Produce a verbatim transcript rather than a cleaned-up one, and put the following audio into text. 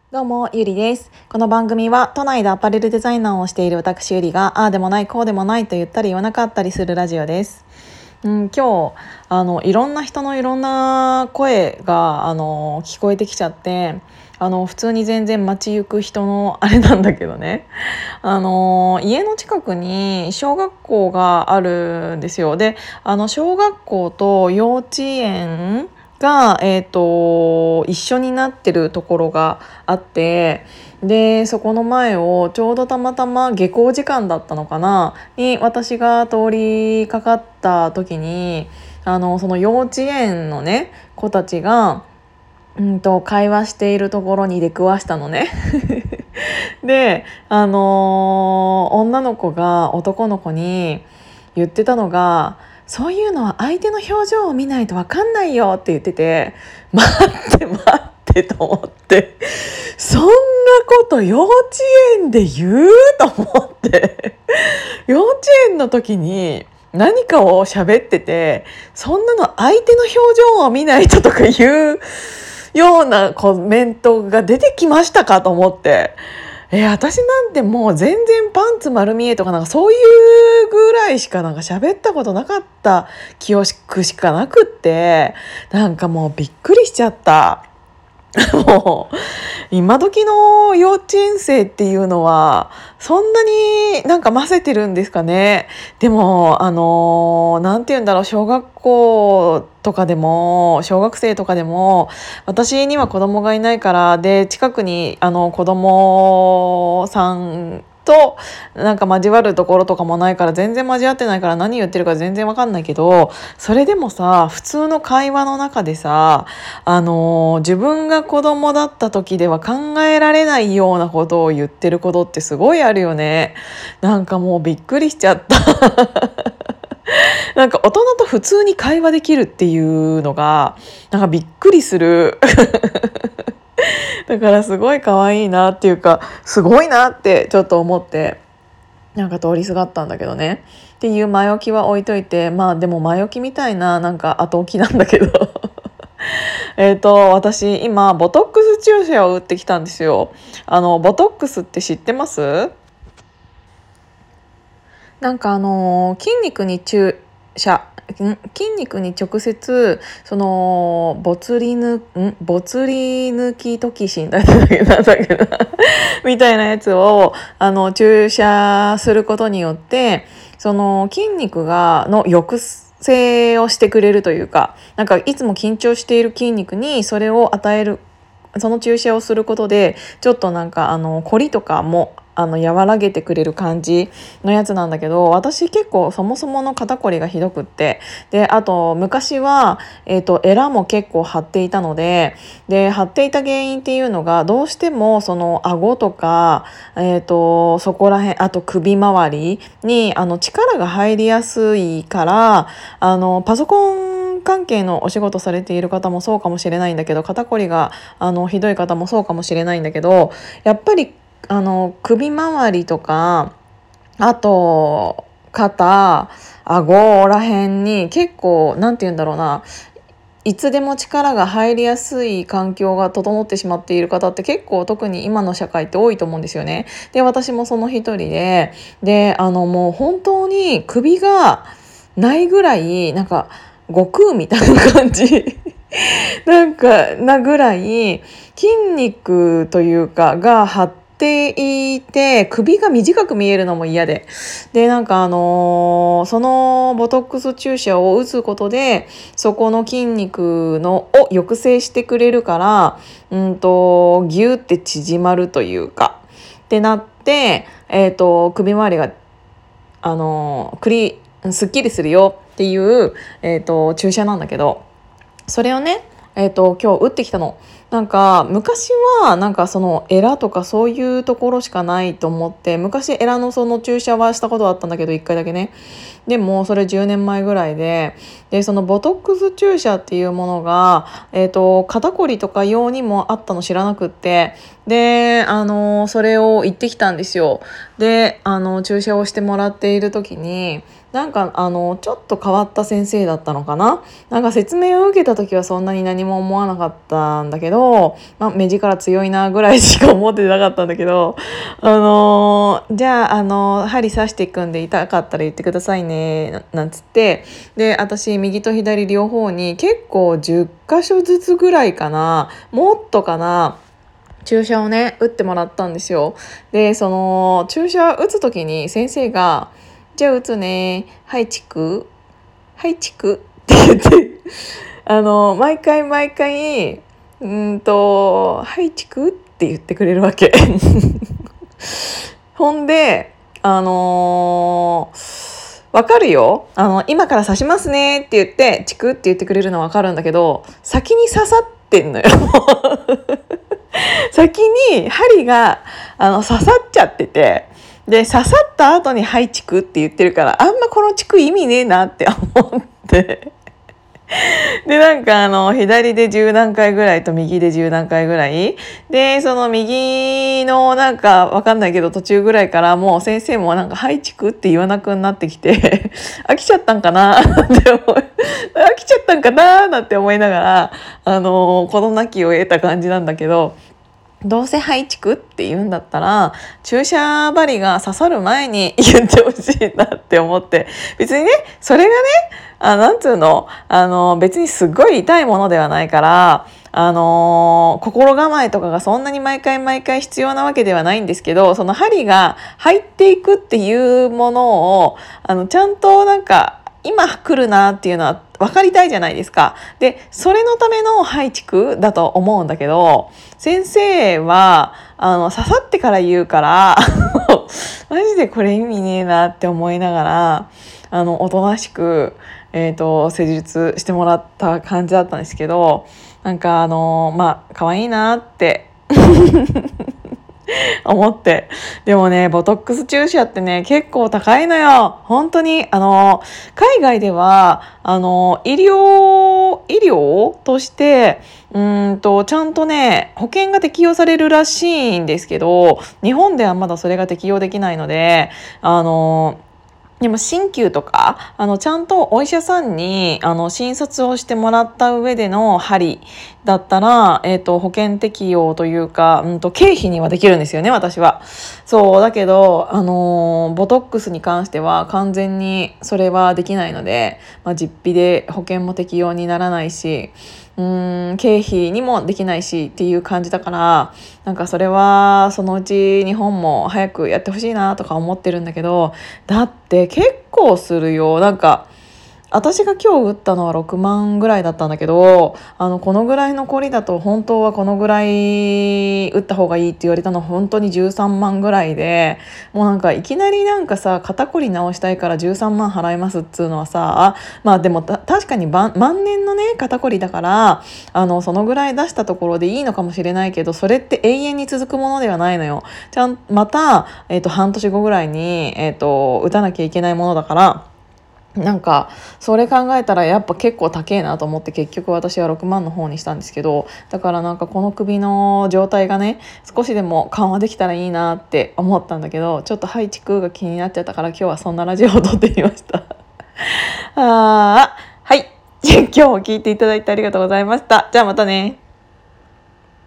どうも、ゆりです。この番組は都内でアパレルデザイナーをしている私ゆりが、ああでもないこうでもないと言ったり言わなかったりするラジオです。うん、今日あのいろんな人のいろんな声があの聞こえてきちゃって、あの普通に全然街行く人のあれなんだけどね、あの家の近くに小学校があるんですよ。で、あの小学校と幼稚園が、えーと、一緒になってるところがあって、でそこの前をちょうどたまたま下校時間だったのかなに私が通りかかった時に、あのその幼稚園のね子たちがうんと会話しているところに出くわしたのねで、あのー女の子が男の子に言ってたのが、そういうのは相手の表情を見ないと分かんないよって言ってて、待って待ってと思って、そんなこと幼稚園で言うと思って幼稚園の時に何かを喋ってて、そんなの相手の表情を見ないととか言うようなコメントが出てきましたかと思って、えー私なんてもう全然パンツ丸見えとかなんかそういうぐらいしかなんか喋ったことなかった記憶しかなくって、なんかもうびっくりしちゃった。もう今時の幼稚園生っていうのはそんなになんか混ぜてるんですかね。でもあのなんて言うんだろう、小学校とかでも小学生とかでも、私には子供がいないから、で近くにあの子供さんとなんか交わるところとかもないから、全然交わってないから何言ってるか全然わかんないけど、それでもさ、普通の会話の中でさ、あの自分が子供だった時では考えられないようなことを言ってることってすごいあるよね。なんかもうびっくりしちゃったなんか大人と普通に会話できるっていうのがなんかびっくりするだからすごい可愛いなっていうか、すごいなってちょっと思って、なんか通りすがったんだけどね。っていう前置きは置いといて、まあでも前置きみたいななんか後置きなんだけどえっと私今ボトックス注射を打ってきたんですよ。あのボトックスって知ってます？なんかあの筋肉に注射ん筋肉に直接そのボツリヌんボツリ抜きトキシンだったっけなんだっけなみたいなやつをあの注射することによって、その筋肉がの抑制をしてくれるというか、なんかいつも緊張している筋肉にそれを与える、その注射をすることでちょっとなんかあの凝りとかもあの和らげてくれる感じのやつなんだけど、私結構そもそもの肩こりがひどくって、であと昔は、えーと、エラも結構張っていたので、で張っていた原因っていうのがどうしてもその顎とか、えーと、そこら辺、あと首周りにあの力が入りやすいから、あのパソコン関係のお仕事されている方もそうかもしれないんだけど、肩こりがあのひどい方もそうかもしれないんだけど、やっぱりあの首周りとか、あと肩、顎らへんに結構なんて言うんだろうな、いつでも力が入りやすい環境が整ってしまっている方って結構特に今の社会って多いと思うんですよね。で私もその一人で、であのもう本当に首がないぐらいなんか悟空みたいな感じなんかなぐらい筋肉というかが張っていて、首が短く見えるのも嫌で、でなんかあのーそのボトックス注射を打つことでそこの筋肉のを抑制してくれるから、うんとギュって縮まるというかってなって、えー、と首周りがあのークリすっきりするよっていう、えー、と注射なんだけど、それをね、えー、と今日打ってきたの。なんか昔はなんかそのエラとかそういうところしかないと思って、昔エラのその注射はしたことあったんだけどいっかいだけね。でもそれじゅうねんまえぐらいで、でそのボトックス注射っていうものが、えー、と肩こりとか用にもあったの知らなくって、であのそれを行ってきたんですよ。であの注射をしてもらっている時になんかあのちょっと変わった先生だったのかな。なんか説明を受けた時はそんなに何も思わなかったんだけど、まあ、目力強いなぐらいしか思ってなかったんだけど、あのーじゃあ、あのー針刺していくんで痛かったら言ってくださいねななんつって、で私右と左両方に結構じゅっ箇所ずつぐらいかな、もっとかな、注射をね打ってもらったんですよ。でその注射打つ時に先生が「じゃあ打つね、はいチクはいチク」って言ってあの毎回毎回うーんと「はいチク」って言ってくれるわけほんであのーわかるよ、あの今から刺しますねって言ってチクって言ってくれるのはわかるんだけど、先に刺さってんのよ先に針があの刺さっちゃってて、で刺さった後に「はいチク」って言ってるから、あんまこのチク意味ねえなって思ってでなんかあの左でじゅうなんかいぐらいと右でじゅうなんかいぐらいで、その右のなんかわかんないけど途中ぐらいからもう先生もなんか「はいチク」って言わなくなってきて飽きちゃったんかなって思い飽きちゃったんかななんて思いながらあの事なきを得た感じなんだけど、どうせ肺チクって言うんだったら注射針が刺さる前に言ってほしいなって思って、別にねそれがねあなんつうのあの別にすっごい痛いものではないから、あのー心構えとかがそんなに毎回毎回必要なわけではないんですけど、その針が入っていくっていうものをあのちゃんとなんか今来るなっていうのは分かりたいじゃないですか。でそれのための配置だと思うんだけど、先生はあの刺さってから言うからマジでこれ意味ねえなって思いながらあのおとなしく、えーと、施術してもらった感じだったんですけど、なんかあのまあ可愛いなって思って。でもねボトックス注射ってね結構高いのよ本当に。あの海外ではあの医療医療としてうーんとちゃんとね保険が適用されるらしいんですけど、日本ではまだそれが適用できないので、あのでも鍼灸とかあのちゃんとお医者さんにあの診察をしてもらった上での針だったら、えーと、保険適用というか、うんと、経費にはできるんですよね私は。そうだけど、あのーボトックスに関しては完全にそれはできないので、まあ、実費で保険も適用にならないし、うーん経費にもできないしっていう感じだから、なんかそれはそのうち日本も早くやってほしいなとか思ってるんだけど、だって結構するよ。なんか私が今日打ったのはろくまんぐらいだったんだけど、あのこのぐらいの凝りだと本当はこのぐらい打った方がいいって言われたの本当にじゅうさんまんぐらいで、もうなんかいきなりなんかさ肩こり直したいからじゅうさんまん払いますっつうのはさ、まあでもた確かに万年のね肩こりだからあのそのぐらい出したところでいいのかもしれないけど、それって永遠に続くものではないのよ。ちゃんまた、えー、と半年後ぐらいに、えー、と打たなきゃいけないものだから、なんかそれ考えたらやっぱ結構高えなと思って結局私はろくまんの方にしたんですけど、だからなんかこの首の状態がね少しでも緩和できたらいいなって思ったんだけど、ちょっとハイチクが気になっちゃったから今日はそんなラジオを撮ってみましたあーはい今日も聞いていただいてありがとうございました。じゃあまたね。